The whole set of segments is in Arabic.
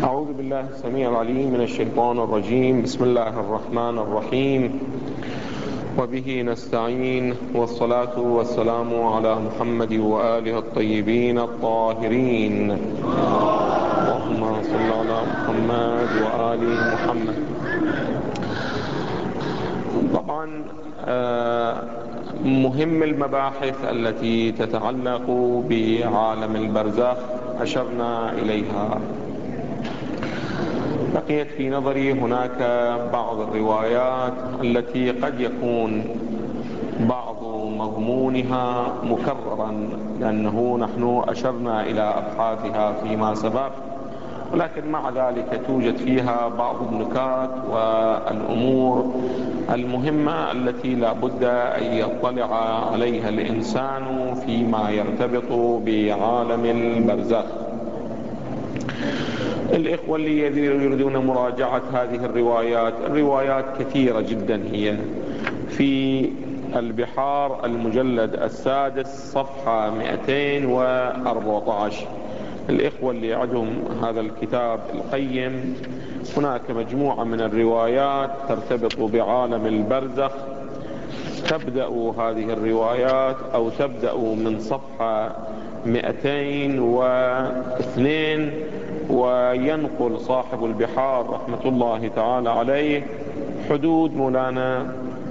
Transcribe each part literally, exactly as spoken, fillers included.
أعوذ بالله السميع العليم من الشيطان الرجيم. بسم الله الرحمن الرحيم، وبه نستعين، والصلاة والسلام على محمد وآله الطيبين الطاهرين. اللهم صل على محمد وآل محمد. طبعا مهم المباحث التي تتعلق بعالم البرزخ أشرنا إليها. بقيت في نظري هناك بعض الروايات التي قد يكون بعض مضمونها مكررا، لأنه نحن أشرنا إلى أبحاثها فيما سبق، ولكن مع ذلك توجد فيها بعض النكات والأمور المهمة التي لا بد أن يطلع عليها الإنسان فيما يرتبط بعالم البرزخ. الإخوة اللي يريدون مراجعة هذه الروايات، الروايات كثيرة جدا، هي في البحار المجلد السادس صفحة مئتين وأربعة عشر. الإخوة اللي عندهم هذا الكتاب القيم، هناك مجموعة من الروايات ترتبط بعالم البرزخ. تبدأ هذه الروايات أو تبدأ من صفحة مئتين واثنين، وينقل صاحب البحار رحمة الله تعالى عليه حدود مولانا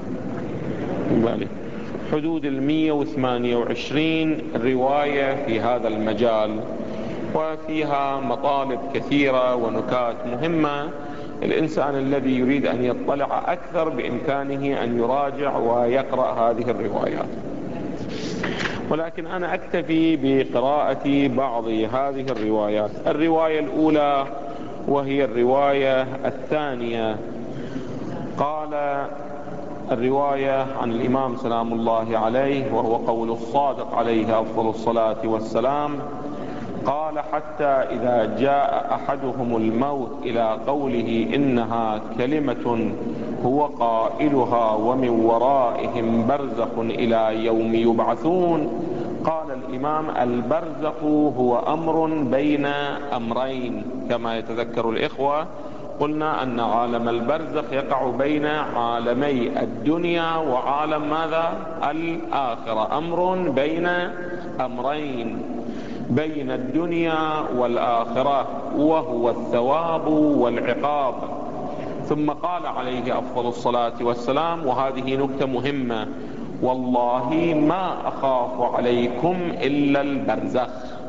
حدود المية وثمانية وعشرين رواية في هذا المجال، وفيها مطالب كثيرة ونكات مهمة. الإنسان الذي يريد أن يطلع أكثر بإمكانه أن يراجع ويقرأ هذه الروايات، ولكن أنا أكتفي بقراءة بعض هذه الروايات. الرواية الأولى وهي الرواية الثانية، قال الرواية عن الإمام سلام الله عليه، وهو قول الصادق عليه أفضل الصلاة والسلام، قال: حتى إذا جاء أحدهم الموت إلى قوله إنها كلمة هو قائلها ومن ورائهم برزخ إلى يوم يبعثون. قال الإمام: البرزخ هو أمر بين أمرين. كما يتذكر الإخوة، قلنا أن عالم البرزخ يقع بين عالمي الدنيا وعالم ماذا؟ الآخرة. أمر بين أمرين، بين الدنيا والآخرة، وهو الثواب والعقاب. ثم قال عليه أفضل الصلاة والسلام، وهذه نكتة مهمة: والله ما أخاف عليكم إلا البرزخ.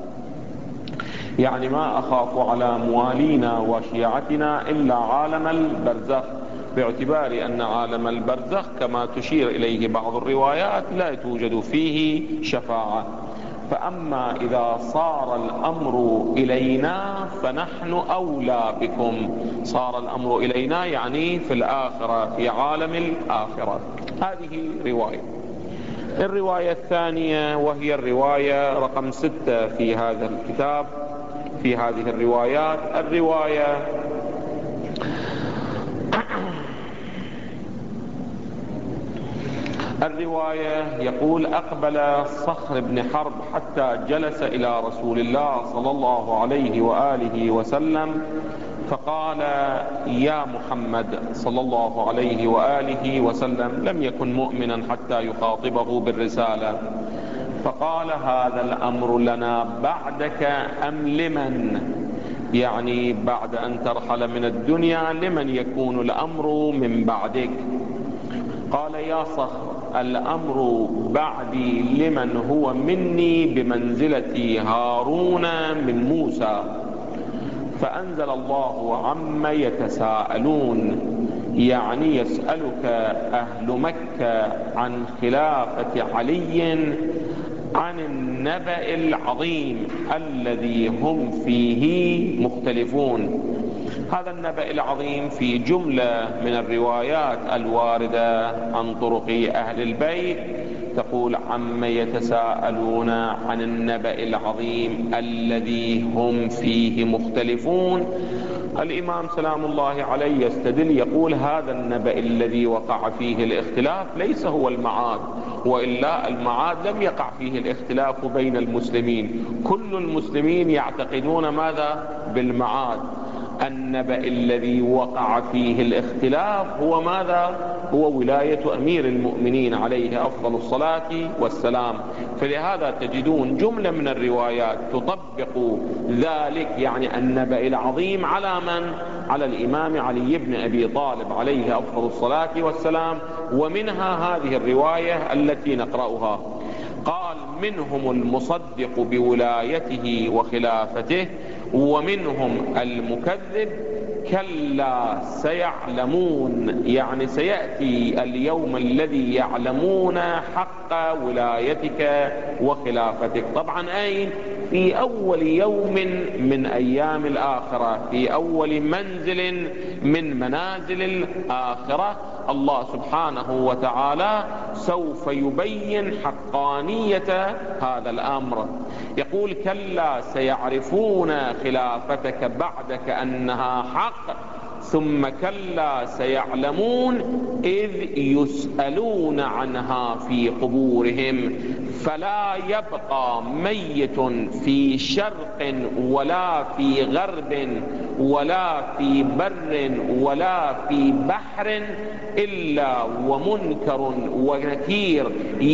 يعني ما أخاف على موالينا وشيعتنا إلا عالم البرزخ، باعتبار أن عالم البرزخ كما تشير إليه بعض الروايات لا توجد فيه شفاعة. فأما إذا صار الأمر إلينا فنحن أولى بكم. صار الأمر إلينا يعني في الآخرة، في عالم الآخرة. هذه رواية. الرواية الثانية وهي الرواية رقم ستة في هذا الكتاب، في هذه الروايات، الرواية الرواية يقول: أقبل صخر بن حرب حتى جلس إلى رسول الله صلى الله عليه وآله وسلم، فقال: يا محمد صلى الله عليه وآله وسلم، لم يكن مؤمنا حتى يخاطبه بالرسالة. فقال: هذا الأمر لنا بعدك أم لمن؟ يعني بعد أن ترحل من الدنيا لمن يكون الأمر من بعدك؟ قال: يا صخر، الأمر بعدي لمن هو مني بمنزلة هارون من موسى. فأنزل الله عما يتساءلون، يعني يسألك أهل مكة عن خلافة علي عن النبأ العظيم الذي هم فيه مختلفون. هذا النبأ العظيم في جملة من الروايات الواردة عن طرق أهل البيت تقول: عما يتساءلون عن النبأ العظيم الذي هم فيه مختلفون. الإمام سلام الله عليه يستدل، يقول: هذا النبأ الذي وقع فيه الاختلاف ليس هو المعاد، وإلا المعاد لم يقع فيه الاختلاف بين المسلمين. كل المسلمين يعتقدون ماذا؟ بالمعاد. النبأ الذي وقع فيه الاختلاف هو ماذا؟ هو ولاية أمير المؤمنين عليه أفضل الصلاة والسلام. فلهذا تجدون جملة من الروايات تطبق ذلك، يعني النبأ العظيم، على من؟ على الإمام علي بن أبي طالب عليه أفضل الصلاة والسلام. ومنها هذه الرواية التي نقرأها، قال: منهم المصدق بولايته وخلافته ومنهم المكذب، كلا سيعلمون، يعني سيأتي اليوم الذي يعلمون حق ولايتك وخلافتك. طبعا أين؟ في أول يوم من أيام الآخرة، في أول منزل من منازل الآخرة، الله سبحانه وتعالى سوف يبين حقانية هذا الأمر. يقول: كلا سيعرفون خلافتك بعدك أنها حق، ثم كلا سيعلمون إذ يسألون عنها في قبورهم، فلا يبقى ميت في شرق ولا في غرب ولا في بر ولا في بحر إلا ومنكر ونكير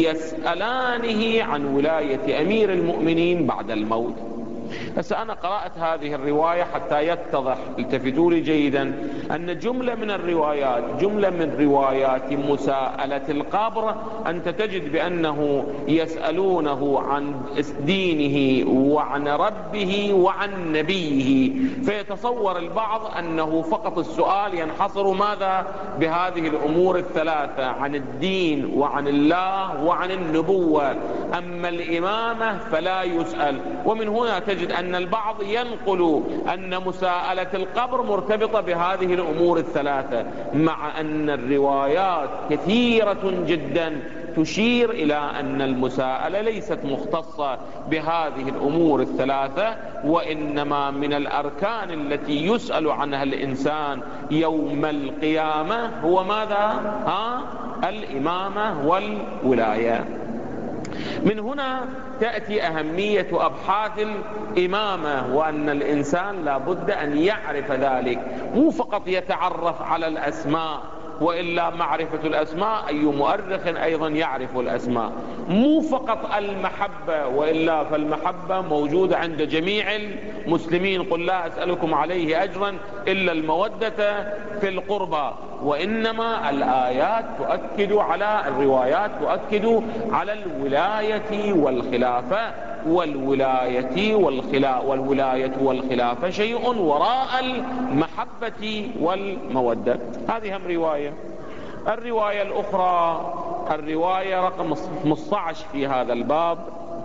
يسألانه عن ولاية أمير المؤمنين بعد الموت. بس أنا قرأت هذه الرواية حتى يتضح، التفتوا لي جيدا، أن جملة من الروايات جملة من روايات مساءلة القبر أنت تجد بأنه يسألونه عن دينه وعن ربه وعن نبيه، فيتصور البعض أنه فقط السؤال ينحصر ماذا؟ بهذه الأمور الثلاثة، عن الدين وعن الله وعن النبوة. أما الإمامة فلا يسأل. ومن هنا تجد أن البعض ينقل أن مساءلة القبر مرتبطة بهذه الأمور الثلاثة، مع أن الروايات كثيرة جدا تشير إلى أن المساءلة ليست مختصة بهذه الأمور الثلاثة، وإنما من الأركان التي يسأل عنها الإنسان يوم القيامة هو ماذا؟ ها؟ الإمامة والولاية. من هنا تأتي أهمية أبحاث الإمامة، وأن الإنسان لا بد أن يعرف ذلك، مو فقط يتعرف على الأسماء، وإلا معرفة الأسماء أي مؤرخ أيضا يعرف الأسماء. مو فقط المحبة، وإلا فالمحبة موجودة عند جميع المسلمين، قل لا أسألكم عليه أجرا إلا المودة في القربى. وإنما الآيات تؤكد على الروايات تؤكد على الولاية والخلافة، والولاية والخلا والولاية والخلافة شيء وراء المحبة والمودة. هذه هم رواية. الرواية الأخرى الرواية رقم خمسة عشر في هذا الباب،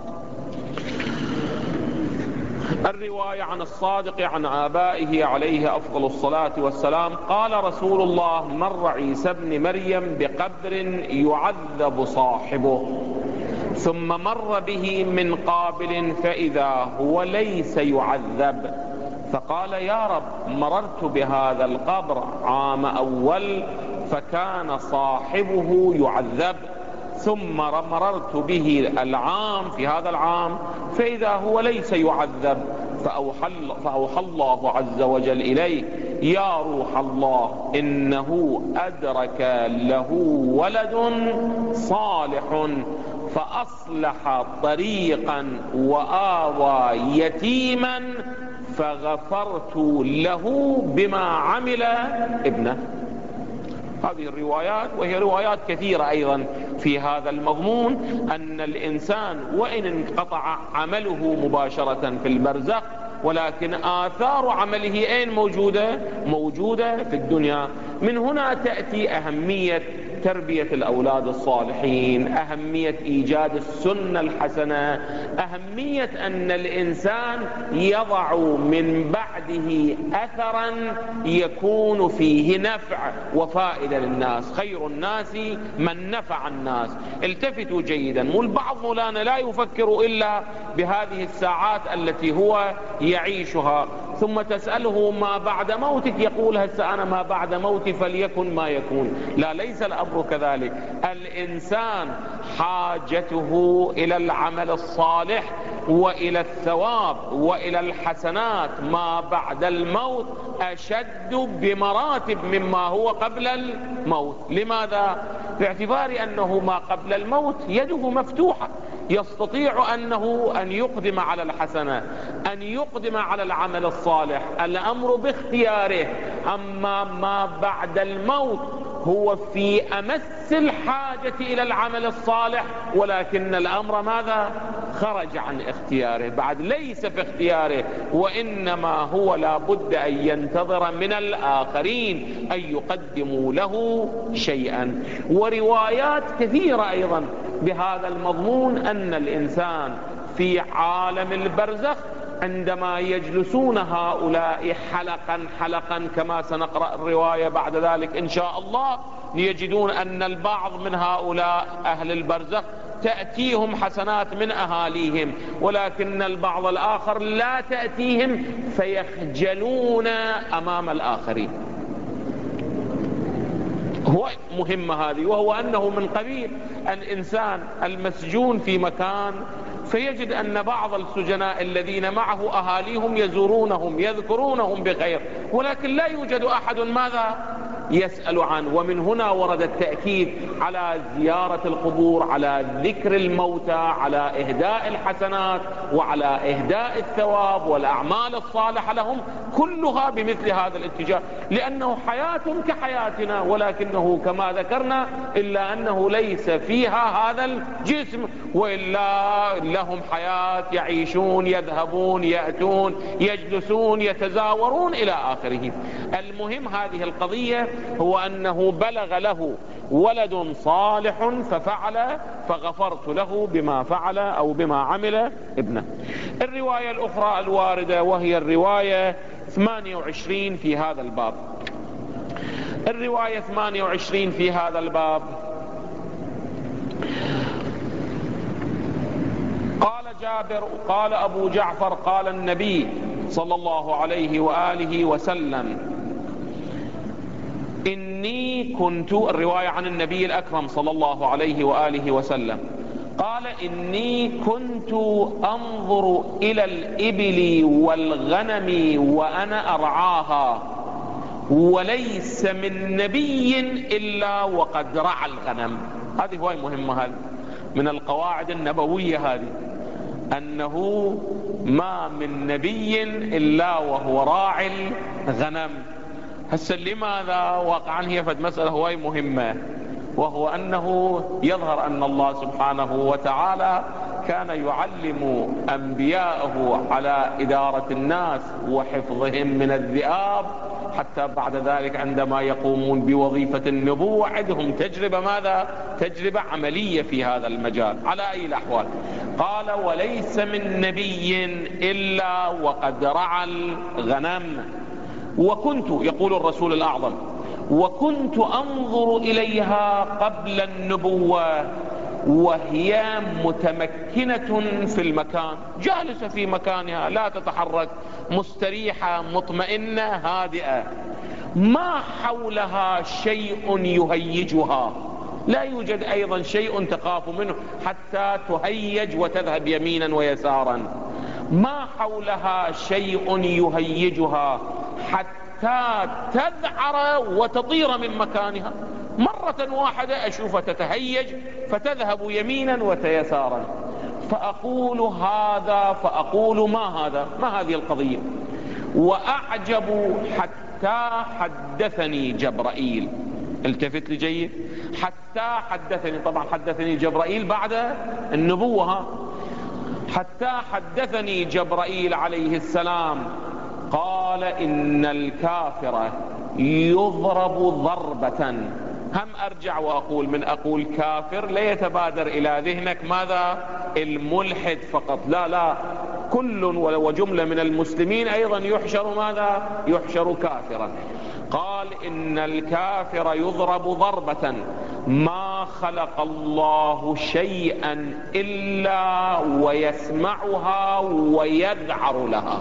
الرواية عن الصادق عن آبائه عليه أفضل الصلاة والسلام قال رسول الله: مر عيسى بن مريم بقبر يعذب صاحبه، ثم مر به من قابل فإذا هو ليس يعذب، فقال: يا رب، مررت بهذا القبر عام أول فكان صاحبه يعذب، ثم مررت به العام في هذا العام فإذا هو ليس يعذب، فأوحى, فأوحى الله عز وجل إليه: يا روح الله، إنه أدرك له ولد صالح فأصلح طريقا وآوى يتيما فغفرت له بما عمل ابنه. هذه الروايات، وهي روايات كثيرة أيضا في هذا المضمون، أن الإنسان وإن انقطع عمله مباشرة في البرزخ، ولكن آثار عمله أين موجودة؟ موجودة في الدنيا. من هنا تأتي أهمية تربية الأولاد الصالحين، أهمية إيجاد السنة الحسنة، أهمية أن الإنسان يضع من بعده أثرا يكون فيه نفع وفائدة للناس. خير الناس من نفع الناس. التفتوا جيدا، والبعض مولانا لا يفكر إلا بهذه الساعات التي هو يعيشها، ثم تسأله ما بعد موتك، يقول: هسه أنا ما بعد موتي فليكن ما يكون. لا، ليس الأمر كذلك. الإنسان حاجته إلى العمل الصالح وإلى الثواب وإلى الحسنات ما بعد الموت أشد بمراتب مما هو قبل الموت. لماذا؟ باعتبار أنه ما قبل الموت يده مفتوحة، يستطيع أنه أن يقدم على الحسنة، أن يقدم على العمل الصالح، الأمر باختياره. أما ما بعد الموت هو في أمس الحاجة إلى العمل الصالح، ولكن الأمر ماذا؟ خرج عن اختياره، بعد ليس في اختياره، وإنما هو لابد أن ينتظر من الآخرين أن يقدموا له شيئا. وروايات كثيرة أيضا بهذا المضمون، أن الإنسان في عالم البرزخ عندما يجلسون هؤلاء حلقا حلقا كما سنقرأ الرواية بعد ذلك إن شاء الله، يجدون أن البعض من هؤلاء أهل البرزخ تأتيهم حسنات من أهاليهم، ولكن البعض الآخر لا تأتيهم، فيخجلون أمام الآخرين. هو مهمة هذه، وهو أنه من قبيل الإنسان المسجون في مكان فيجد أن بعض السجناء الذين معه أهاليهم يزورونهم يذكرونهم بخير، ولكن لا يوجد أحد ماذا يسأل عنه. ومن هنا ورد التأكيد على زيارة القبور، على ذكر الموتى، على إهداء الحسنات، وعلى إهداء الثواب والأعمال الصالحة لهم، كلها بمثل هذا الاتجاه، لأنه حياة كحياتنا، ولكنه كما ذكرنا إلا أنه ليس فيها هذا الجسم، وإلا لهم حياة يعيشون يذهبون يأتون يجلسون يتزاورون إلى آخره. المهم هذه القضية هو أنه بلغ له ولد صالح ففعل فغفرت له بما فعل أو بما عمل ابنه. الرواية الأخرى الواردة وهي الرواية ثمانية وعشرين في هذا الباب. الرواية ثمانية وعشرين في هذا الباب قال جابر قال أبو جعفر قال النبي صلى الله عليه وآله وسلم إني كنت، الرواية عن النبي الأكرم صلى الله عليه وآله وسلم قال إني كنت أنظر إلى الإبل والغنم وأنا أرعاها، وليس من نبي إلا وقد رعى الغنم. هذه هو مهمة، هذه من القواعد النبوية، هذه أنه ما من نبي إلا وهو راعي الغنم. هسه لماذا؟ واقعا هي فد مسألة هواي مهمة، وهو أنه يظهر أن الله سبحانه وتعالى كان يعلم أنبياءه على إدارة الناس وحفظهم من الذئاب، حتى بعد ذلك عندما يقومون بوظيفة النبوة عندهم تجربة ماذا؟ تجربة عملية في هذا المجال. على أي الأحوال قال وليس من نبي إلا وقد رعى الغنم، وكنت، يقول الرسول الأعظم، وكنت أنظر إليها قبل النبوة وهي متمكنة في المكان، جالسة في مكانها لا تتحرك، مستريحة مطمئنة هادئة، ما حولها شيء يهيجها، لا يوجد أيضا شيء تخاف منه حتى تهيج وتذهب يمينا ويسارا، ما حولها شيء يهيجها حتى تذعر وتطير من مكانها، مرة واحدة أشوفها تتهيج فتذهب يمينا ويسارا، فأقول هذا، فأقول ما هذا، ما هذه القضية، وأعجب حتى حدثني جبرائيل. التفت لي جيد، حتى حدثني، طبعا حدثني جبرائيل بعد النبوة، حتى حدثني جبرائيل عليه السلام قال إن الكافر يضرب ضربة. هم أرجع وأقول من أقول كافر لا يتبادر إلى ذهنك ماذا؟ الملحد فقط، لا لا، كل وجملة من المسلمين أيضا يحشر ماذا؟ يحشر كافرا. قال إن الكافر يضرب ضربة ما خلق الله شيئا إلا ويسمعها ويذعر لها،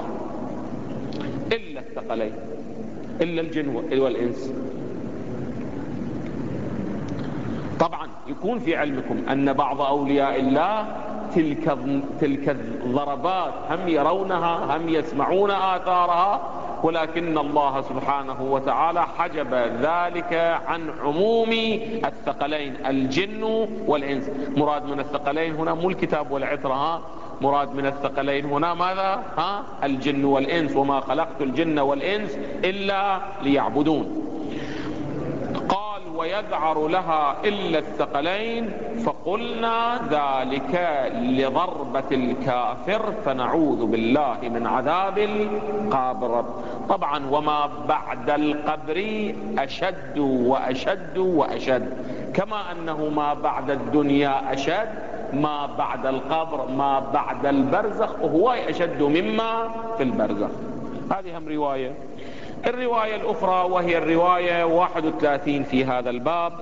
إلا الثقلين، إلا الجن والإنس. طبعا يكون في علمكم أن بعض أولياء الله تلك تلك الضربات هم يرونها هم يسمعون آثارها، ولكن الله سبحانه وتعالى حجب ذلك عن عموم الثقلين الجن والإنس. مراد من الثقلين هنا مو الكتاب والعترة، مراد من الثقلين هنا ماذا؟ ها؟ الجن والإنس، وما خلقت الجن والإنس إلا ليعبدون. قال ويذعر لها إلا الثقلين، فقلنا ذلك لضربة الكافر فنعوذ بالله من عذاب القبر. طبعا وما بعد القبر أشد وأشد وأشد، كما أنه ما بعد الدنيا أشد، ما بعد القبر ما بعد البرزخ هو أشد مما في البرزخ. هذه هم رواية. الرواية الأخرى وهي الرواية واحد وثلاثين في هذا الباب،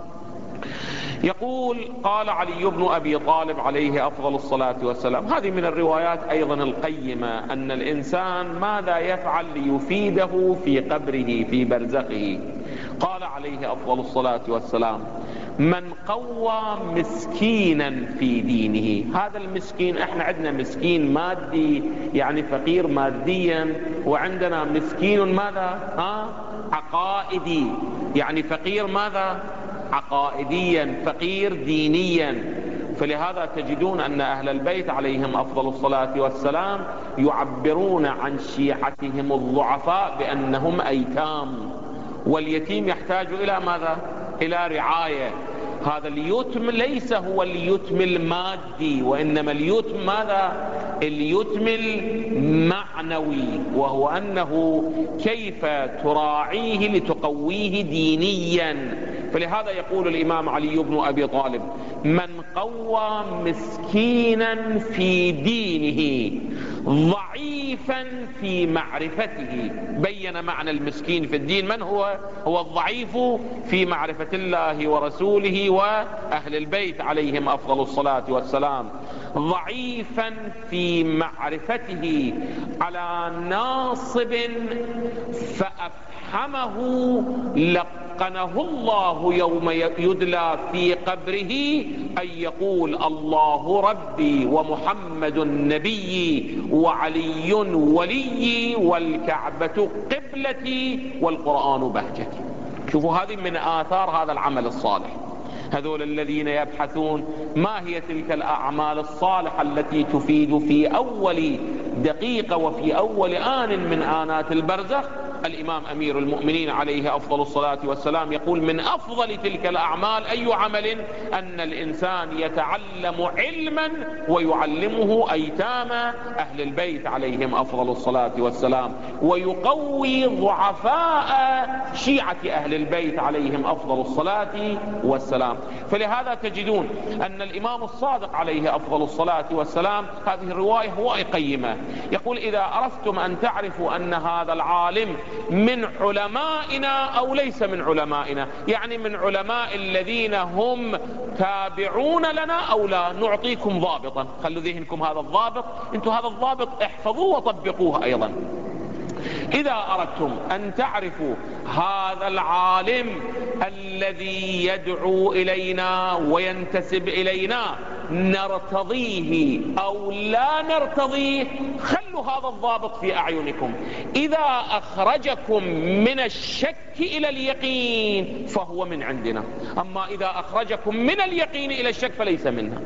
يقول قال علي بن أبي طالب عليه أفضل الصلاة والسلام، هذه من الروايات أيضا القيمة، أن الإنسان ماذا يفعل ليفيده في قبره في برزخه. قال عليه أفضل الصلاة والسلام من قوى مسكينا في دينه. هذا المسكين، احنا عندنا مسكين مادي يعني فقير ماديا، وعندنا مسكين ماذا؟ ها؟ عقائدي، يعني فقير ماذا؟ عقائديا، فقير دينيا. فلهذا تجدون أن أهل البيت عليهم أفضل الصلاة والسلام يعبرون عن شيعتهم الضعفاء بأنهم أيتام، واليتيم يحتاج إلى ماذا؟ إلى رعاية. هذا اليتم ليس هو اليتم المادي، وإنما اليتم ماذا؟ اليتم المعنوي، وهو أنه كيف تراعيه لتقويه دينيا. فلهذا يقول الإمام علي بن أبي طالب من قوى مسكينا في دينه ضعيفا في معرفته. بين معنى المسكين في الدين، من هو؟ هو الضعيف في معرفة الله ورسوله وأهل البيت عليهم أفضل الصلاة والسلام. ضعيفا في معرفته على ناصب فأفحمه لقنه الله يوم يدلى في قبره أن يقول الله ربي ومحمد نبي وعلي ولي والكعبة قبلتي والقرآن بهجتي. شوفوا هذه من آثار هذا العمل الصالح. هذول الذين يبحثون ما هي تلك الأعمال الصالحة التي تفيد في أول دقيقة وفي أول آن من آنات البرزخ. الإمام أمير المؤمنين عليه أفضل الصلاة والسلام يقول من أفضل تلك الأعمال أي عمل؟ أن الإنسان يتعلم علما ويعلمه أيتام أهل البيت عليهم أفضل الصلاة والسلام، ويقوي ضعفاء شيعة أهل البيت عليهم أفضل الصلاة والسلام. فلهذا تجدون أن الإمام الصادق عليه أفضل الصلاة والسلام هذه الرواية هو قيمة، يقول إذا أردتم أن تعرفوا أن هذا العالم من علمائنا أو ليس من علمائنا، يعني من علماء الذين هم تابعون لنا أو لا، نعطيكم ضابطا. خلوا ذهنكم هذا الضابط، انتم هذا الضابط احفظوه وطبقوه أيضا. إذا أردتم أن تعرفوا هذا العالم الذي يدعو إلينا وينتسب إلينا نرتضيه أو لا نرتضيه، خلوا هذا الضابط في أعينكم. إذا أخرجكم من الشك إلى اليقين فهو من عندنا، أما إذا أخرجكم من اليقين إلى الشك فليس منا.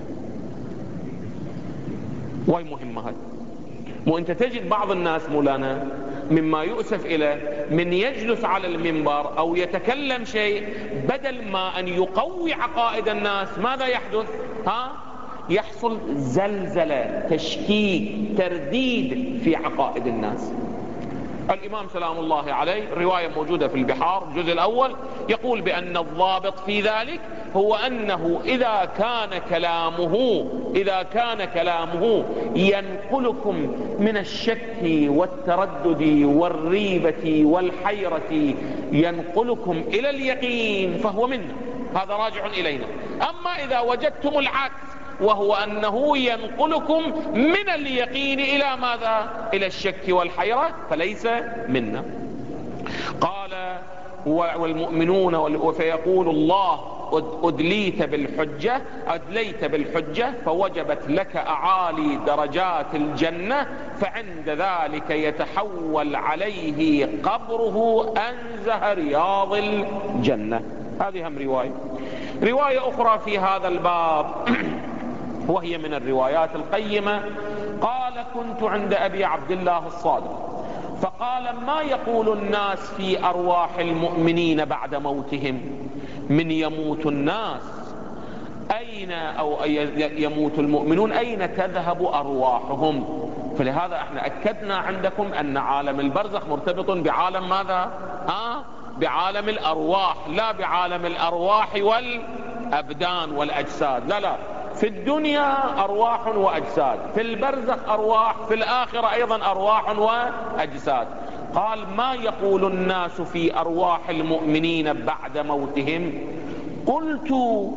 واي مهمة هذا. وانت تجد بعض الناس مولانا مما يؤسف إليه من يجلس على المنبر أو يتكلم شيء بدل ما أن يقوي عقائد الناس ماذا يحدث؟ ها؟ يحصل زلزلة، تشكيك، ترديد في عقائد الناس. الإمام سلام الله عليه رواية موجودة في البحار الجزء الأول يقول بأن الضابط في ذلك هو أنه إذا كان كلامه إذا كان كلامه ينقلكم من الشك والتردد والريبة والحيرة ينقلكم إلى اليقين فهو منا، هذا راجع إلينا. أما إذا وجدتم العكس وهو أنه ينقلكم من اليقين إلى ماذا؟ إلى الشك والحيرة فليس منا. قال والمؤمنون فيقول الله أدليت بالحجة أدليت بالحجة فوجبت لك أعالي درجات الجنة، فعند ذلك يتحول عليه قبره أنزه رياض الجنة. هذه هم رواية. رواية أخرى في هذا الباب وهي من الروايات القيمة، قال: كنت عند أبي عبد الله الصادق فقال: ما يقول الناس في أرواح المؤمنين بعد موتهم؟ من يموت الناس أين أو يموت المؤمنون أين تذهب أرواحهم؟ فلهذا احنا أكدنا عندكم أن عالم البرزخ مرتبط بعالم ماذا؟ ها؟ بعالم الأرواح، لا بعالم الأرواح والأبدان والأجساد. لا لا، في الدنيا أرواح وأجساد، في البرزخ أرواح، في الآخرة أيضا أرواح وأجساد. قال: ما يقول الناس في أرواح المؤمنين بعد موتهم؟ قلت: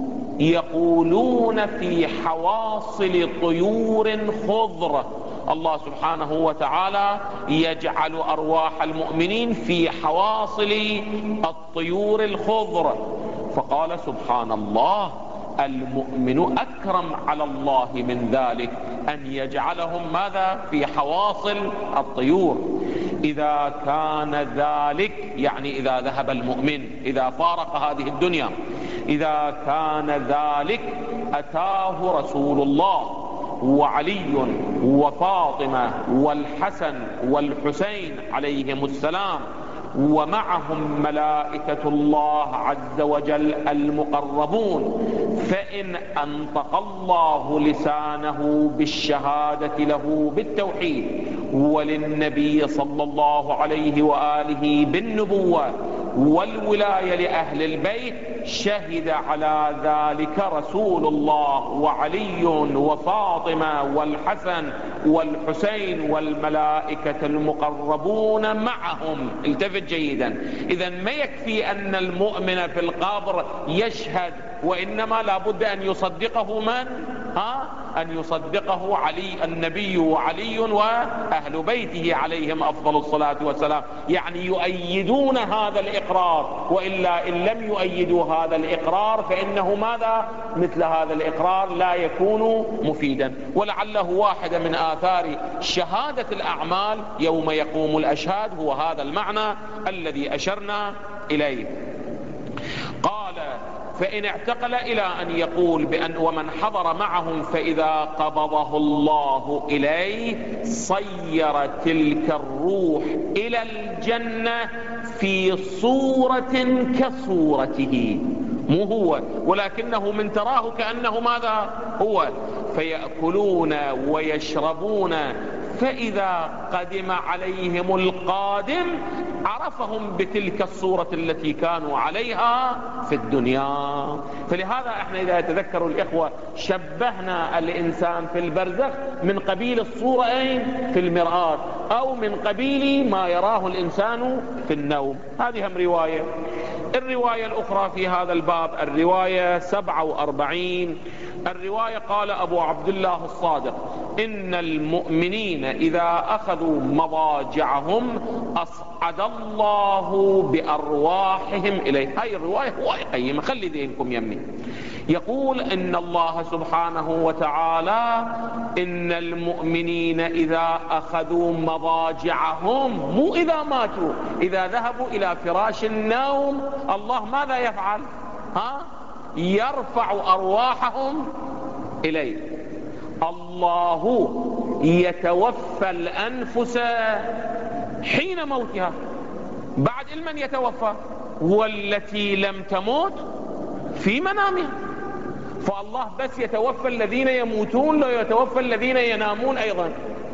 يقولون في حواصل طيور خضر. الله سبحانه وتعالى يجعل أرواح المؤمنين في حواصل الطيور الخضر. فقال: سبحان الله، المؤمن أكرم على الله من ذلك أن يجعلهم ماذا؟ في حواصل الطيور. إذا كان ذلك يعني إذا ذهب المؤمن، إذا فارق هذه الدنيا، إذا كان ذلك أتاه رسول الله وعلي وفاطمة والحسن والحسين عليهم السلام ومعهم ملائكة الله عز وجل المقربون، فإن أنطق الله لسانه بالشهادة له بالتوحيد وللنبي صلى الله عليه وآله بالنبوة والولاية لأهل البيت، شهد على ذلك رسول الله وعلي وفاطمة والحسن والحسين والملائكة المقربون معهم. التفت جيدا، إذا ما يكفي أن المؤمن في القبر يشهد، وإنما لابد أن يصدقه من؟ ها؟ أن يصدقه علي النبي وعلي وأهل بيته عليهم أفضل الصلاة والسلام، يعني يؤيدون هذا الإقرار، وإلا إن لم يؤيدوا هذا الإقرار فإنه ماذا؟ مثل هذا الإقرار لا يكون مفيدا. ولعله واحدة من آثار شهادة الأعمال يوم يقوم الأشهاد هو هذا المعنى الذي أشرنا إليه. قال: فإن اعتقل إلى أن يقول بأن ومن حضر معهم فإذا قبضه الله إليه صير تلك الروح إلى الجنة في صورة كصورته، مو هو ولكنه من تراه كأنه ماذا هو، فيأكلون ويشربون، فإذا قدم عليهم القادم عرفهم بتلك الصورة التي كانوا عليها في الدنيا. فلهذا احنا إذا يتذكروا الإخوة شبهنا الإنسان في البرزخ من قبيل الصورة أين؟ في المرآة، أو من قبيل ما يراه الإنسان في النوم. هذه هم رواية. الرواية الأخرى في هذا الباب الرواية سبعة وأربعين، الرواية قال أبو عبد الله الصادق: إن المؤمنين إذا أخذوا مضاجعهم أصعد الله بأرواحهم إليه. هاي الرواية هو قيمة، خلي ذهنكم يمي. يقول إن الله سبحانه وتعالى إن المؤمنين إذا أخذوا مضاجعهم، مو إذا ماتوا، إذا ذهبوا إلى فراش النوم، الله ماذا يفعل؟ ها؟ يرفع أرواحهم إليه. الله يتوفى الأنفس حين موتها، بعد من يتوفى؟ والتي لم تموت في منامها. فالله بس يتوفى الذين يموتون، لا يتوفى الذين ينامون أيضا.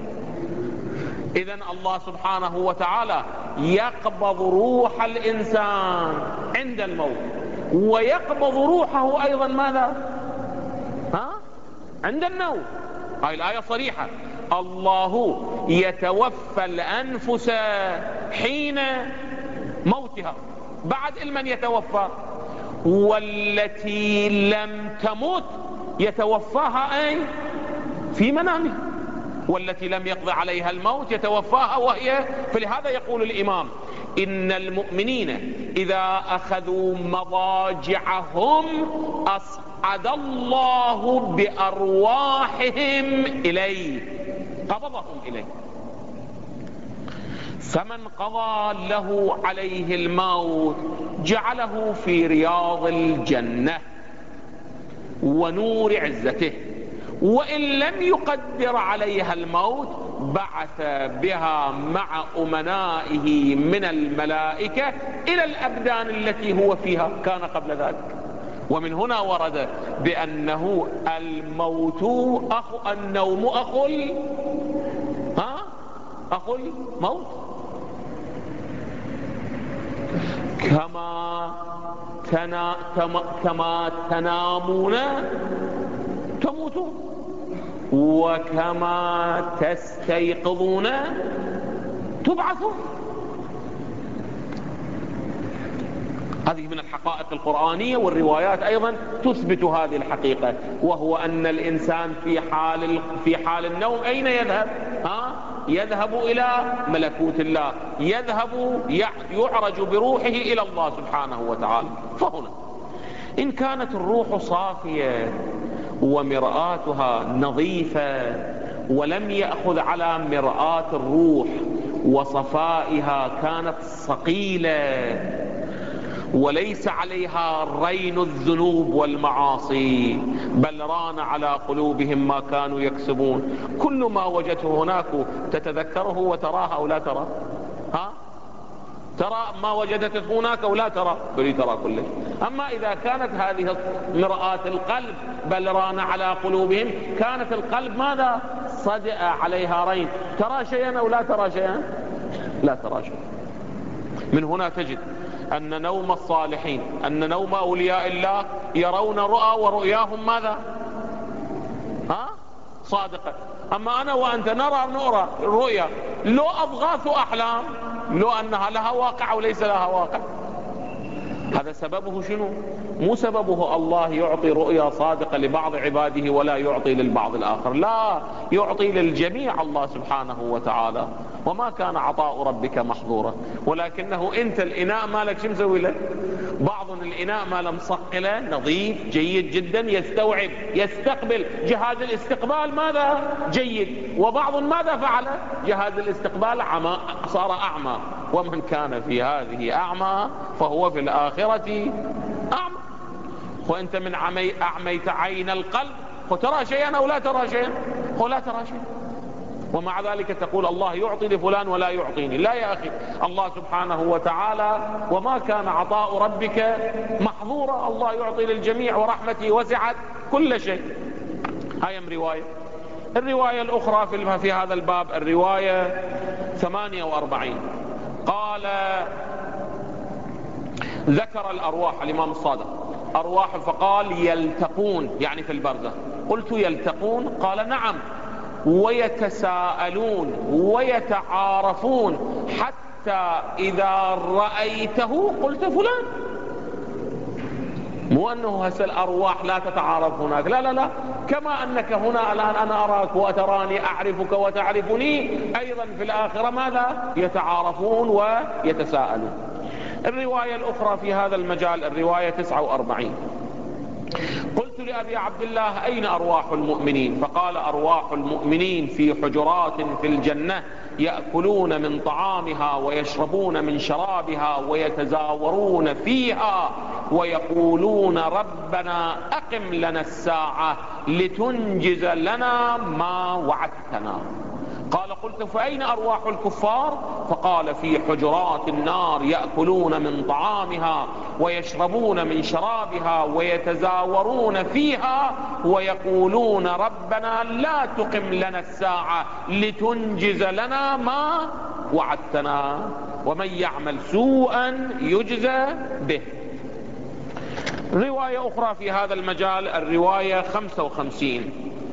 إذن الله سبحانه وتعالى يقبض روح الإنسان عند الموت، ويقبض روحه أيضا ماذا؟ ها؟ عند النوم. هاي الآية صريحة: الله يتوفى الأنفس حين موتها، بعد من يتوفى؟ والتي لم تمت يتوفاها أي في منامها، والتي لم يقضي عليها الموت يتوفاها وهي. فلهذا يقول الإمام: إن المؤمنين إذا أخذوا مضاجعهم أصعد الله بأرواحهم إليه، قبضهم إليه. فمن قضى له عليه الموت جعله في رياض الجنة ونور عزته، وإن لم يقدر عليها الموت بعث بها مع أمنائه من الملائكة إلى الأبدان التي هو فيها كان قبل ذلك. ومن هنا ورد بأنه الموت أخو النوم أخو ها أخو الموت، كما تنا كما تنامون تموتون وكما تستيقظون تبعثون. هذه من الحقائق القرآنية، والروايات أيضا تثبت هذه الحقيقة، وهو أن الإنسان في حال في حال النوم أين يذهب؟ ها؟ يذهب إلى ملكوت الله، يذهب يعرج بروحه إلى الله سبحانه وتعالى. فهنا إن كانت الروح صافية ومرآتها نظيفة ولم يأخذ على مرآة الروح وصفائها كانت صقيلة وليس عليها رين الذنوب والمعاصي، بل ران على قلوبهم ما كانوا يكسبون، كل ما وجدته هناك تتذكره وتراه أو لا ترى؟ ها؟ ترى ما وجدته هناك أو لا ترى؟ بل ترى كله. أما إذا كانت هذه مرآة القلب بل ران على قلوبهم، كانت القلب ماذا؟ صدأ عليها رين، ترى شيئا أو لا ترى شيئا؟ لا ترى شيئا. من هنا تجد أن نوم الصالحين، أن نوم أولياء الله يرون رؤى ورؤياهم ماذا؟ ها؟ صادقة. أما أنا وأنت نرى نرى رؤيا لو أضغاث أحلام، لو أنها لها واقع وليس لها واقع. هذا سببه شنو؟ مو سببه الله يعطي رؤيا صادقة لبعض عباده ولا يعطي للبعض الآخر، لا، يعطي للجميع الله سبحانه وتعالى. وما كان عطاء ربك محظورا، ولكنه انت الاناء مالك شو مسوي له؟ بعض الاناء ماله مصقله نظيف جيد جدا، يستوعب يستقبل، جهاز الاستقبال ماذا؟ جيد. وبعض ماذا فعل؟ جهاز الاستقبال عمى، صار اعمى. ومن كان في هذه اعمى فهو في الاخره اعمى. وانت من عمي اعميت عين القلب، وترى شيئا او لا ترى شيئا؟ ولا ترى شيئا، ومع ذلك تقول الله يعطي لفلان ولا يعطيني. لا يا أخي، الله سبحانه وتعالى وما كان عطاء ربك محظورا، الله يعطي للجميع ورحمته وسعت كل شيء. هاي رواية. الرواية الأخرى في في هذا الباب الرواية ثمانية وأربعين، قال ذكر الأرواح الإمام الصادق أرواح فقال يلتقون، يعني في البرزخ. قلت يلتقون؟ قال نعم، ويتساءلون ويتعارفون حتى إذا رأيته قلت فلان. مو أنه هسه الأرواح لا تتعارف هناك، لا لا لا، كما أنك هنا الآن أنا أراك وتراني أعرفك وتعرفني، أيضا في الآخرة ماذا؟ يتعارفون ويتساءلون. الرواية الأخرى في هذا المجال الرواية تسعة وأربعين، قلت لأبي عبد الله أين أرواح المؤمنين؟ فقال أرواح المؤمنين في حجرات في الجنة يأكلون من طعامها ويشربون من شرابها ويتزاورون فيها ويقولون ربنا أقم لنا الساعة لتنجز لنا ما وعدتنا. قال قلت فأين أرواح الكفار؟ فقال في حجرات النار يأكلون من طعامها ويشربون من شرابها ويتزاورون فيها ويقولون ربنا لا تقم لنا الساعة لتنجز لنا ما وعدتنا ومن يعمل سوءا يجزى به. رواية أخرى في هذا المجال الرواية خمسة وخمسين،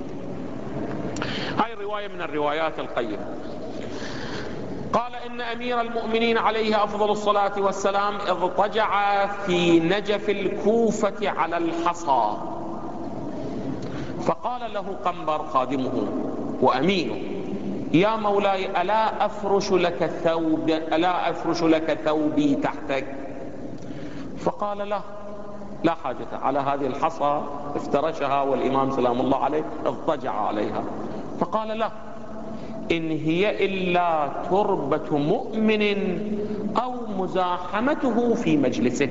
هاي الرواية من الروايات القيمة. قال إن أمير المؤمنين عليه أفضل الصلاة والسلام اضطجع في نجف الكوفة على الحصى، فقال له قنبر خادمه وأمينه يا مولاي ألا أفرش لك ثوب ألا أفرش لك ثوبي تحتك؟ فقال لا لا حاجة. على هذه الحصى افترشها، والإمام سلام الله عليه اضطجع عليها. فقال لا، إن هي إلا تربة مؤمن أو مزاحمته في مجلسه.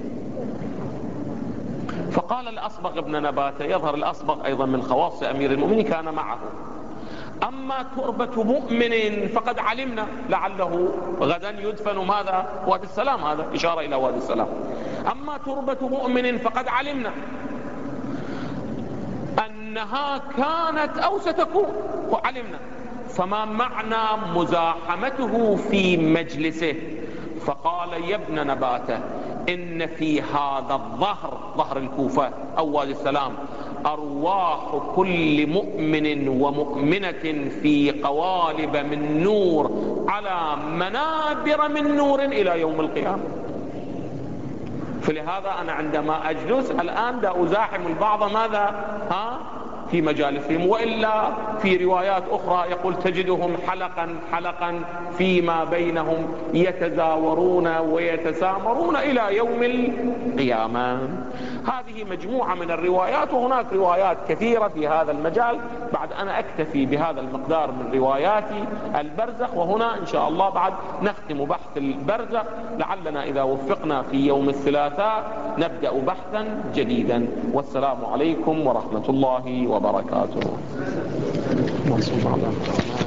فقال الأصبغ ابن نباتة، يظهر الأصبغ أيضا من خواص أمير المؤمنين كان معه: أما تربة مؤمن فقد علمنا لعله غدا يدفن ماذا؟ وادي السلام، هذا إشارة إلى وادي السلام. أما تربة مؤمن فقد علمنا أنها كانت أو ستكون، وعلمنا، فما معنى مزاحمته في مجلسه؟ فقال: يا ابن نباتة، إن في هذا الظهر، ظهر الكوفة أو وادي السلام، أرواح كل مؤمن ومؤمنة في قوالب من نور على منابر من نور إلى يوم القيامة. فلهذا أنا عندما أجلس الآن دا أزاحم البعض ماذا؟ ها؟ في مجالسهم. وإلا في روايات أخرى يقول: تجدهم حلقا حلقا فيما بينهم يتزاورون ويتسامرون إلى يوم القيامة. هذه مجموعة من الروايات، وهناك روايات كثيرة في هذا المجال. بعد أنا أكتفي بهذا المقدار من روايات البرزخ، وهنا إن شاء الله بعد نختم بحث البرزخ، لعلنا إذا وفقنا في يوم الثلاثاء نبدأ بحثا جديدا. والسلام عليكم ورحمة الله وبركاته.